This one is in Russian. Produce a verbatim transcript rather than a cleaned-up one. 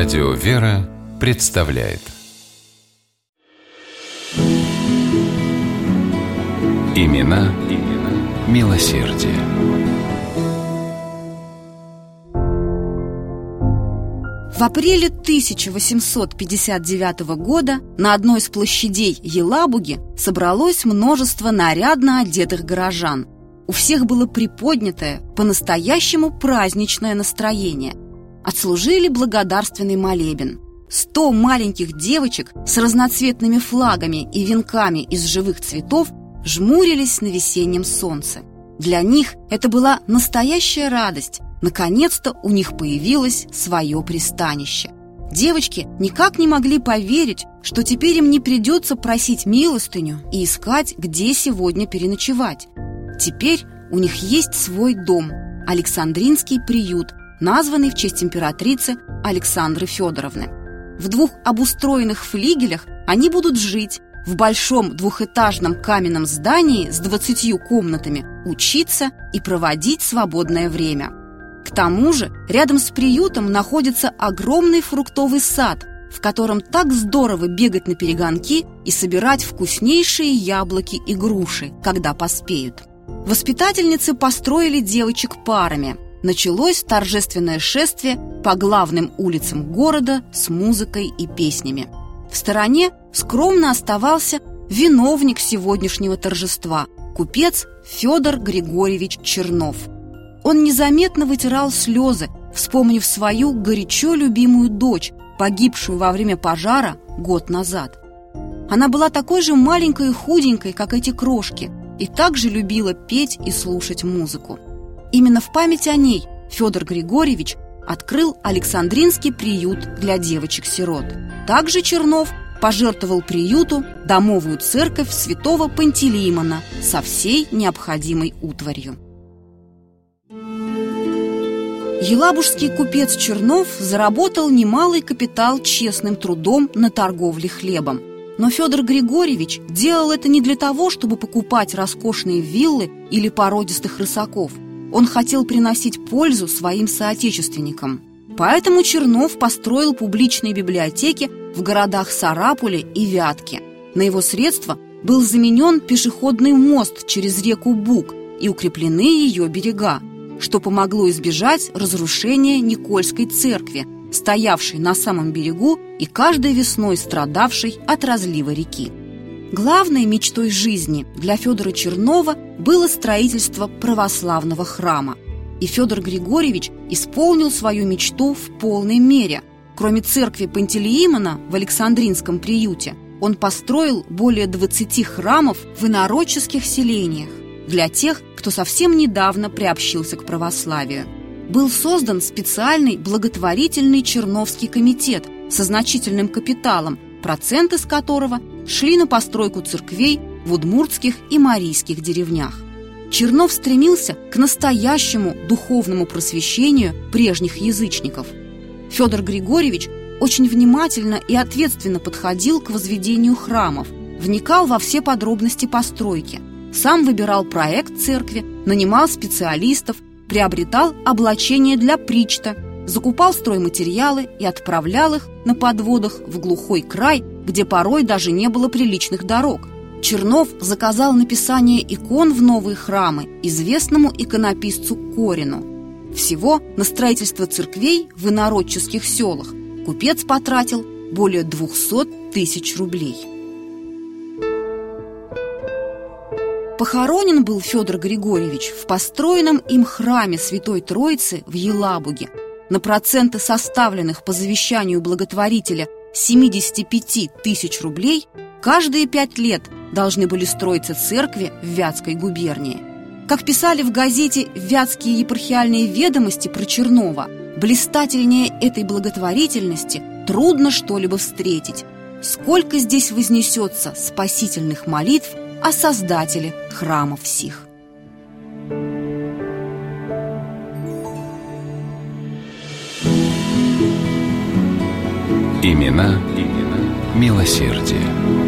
Радио «Вера» представляет Имена, имена милосердия. В апреле тысяча восемьсот пятьдесят девятого года на одной из площадей Елабуги собралось множество нарядно одетых горожан. У всех было приподнятое, по-настоящему праздничное настроение. Отслужили благодарственный молебен. Сто маленьких девочек с разноцветными флагами и венками из живых цветов жмурились на весеннем солнце. Для них это была настоящая радость. Наконец-то у них появилось свое пристанище. Девочки никак не могли поверить, что теперь им не придется просить милостыню и искать, где сегодня переночевать. Теперь у них есть свой дом – Александринский приют, названный в честь императрицы Александры Федоровны. В двух обустроенных флигелях они будут жить, в большом двухэтажном каменном здании с двадцатью комнатами учиться и проводить свободное время. К тому же рядом с приютом находится огромный фруктовый сад, в котором так здорово бегать на перегонки и собирать вкуснейшие яблоки и груши, когда поспеют. Воспитательницы построили девочек парами. Началось торжественное шествие по главным улицам города с музыкой и песнями. В стороне скромно оставался виновник сегодняшнего торжества – купец Федор Григорьевич Чернов. Он незаметно вытирал слезы, вспомнив свою горячо любимую дочь, погибшую во время пожара год назад. Она была такой же маленькой и худенькой, как эти крошки, и также любила петь и слушать музыку. Именно в память о ней Федор Григорьевич открыл Александринский приют для девочек-сирот. Также Чернов пожертвовал приюту домовую церковь святого Пантелеимона со всей необходимой утварью. Елабужский купец Чернов заработал немалый капитал честным трудом на торговле хлебом. Но Федор Григорьевич делал это не для того, чтобы покупать роскошные виллы или породистых рысаков. Он хотел приносить пользу своим соотечественникам. Поэтому Чернов построил публичные библиотеки в городах Сарапуле и Вятке. На его средства был заменен пешеходный мост через реку Буг и укреплены ее берега, что помогло избежать разрушения Никольской церкви, стоявшей на самом берегу и каждой весной страдавшей от разлива реки. Главной мечтой жизни для Федора Чернова было строительство православного храма. И Федор Григорьевич исполнил свою мечту в полной мере. Кроме церкви Пантелеимона в Александринском приюте, он построил более двадцати храмов в инородческих селениях для тех, кто совсем недавно приобщился к православию. Был создан специальный благотворительный Черновский комитет со значительным капиталом, проценты с которого шли на постройку церквей в удмуртских и марийских деревнях. Чернов стремился к настоящему духовному просвещению прежних язычников. Федор Григорьевич очень внимательно и ответственно подходил к возведению храмов, вникал во все подробности постройки, сам выбирал проект церкви, нанимал специалистов, приобретал облачение для причта, закупал стройматериалы и отправлял их на подводах в глухой край, где порой даже не было приличных дорог. Чернов заказал написание икон в новые храмы известному иконописцу Корину. Всего на строительство церквей в инородческих селах купец потратил более двухсот тысяч рублей. Похоронен был Федор Григорьевич в построенном им храме Святой Троицы в Елабуге. На проценты составленных по завещанию благотворителя семидесяти пяти тысяч рублей каждые пять лет должны были строиться церкви в Вятской губернии. Как писали в газете «Вятские епархиальные ведомости» про Чернова, блистательнее этой благотворительности трудно что-либо встретить. Сколько здесь вознесется спасительных молитв о Создателе храмов сих. Имена, имена милосердия.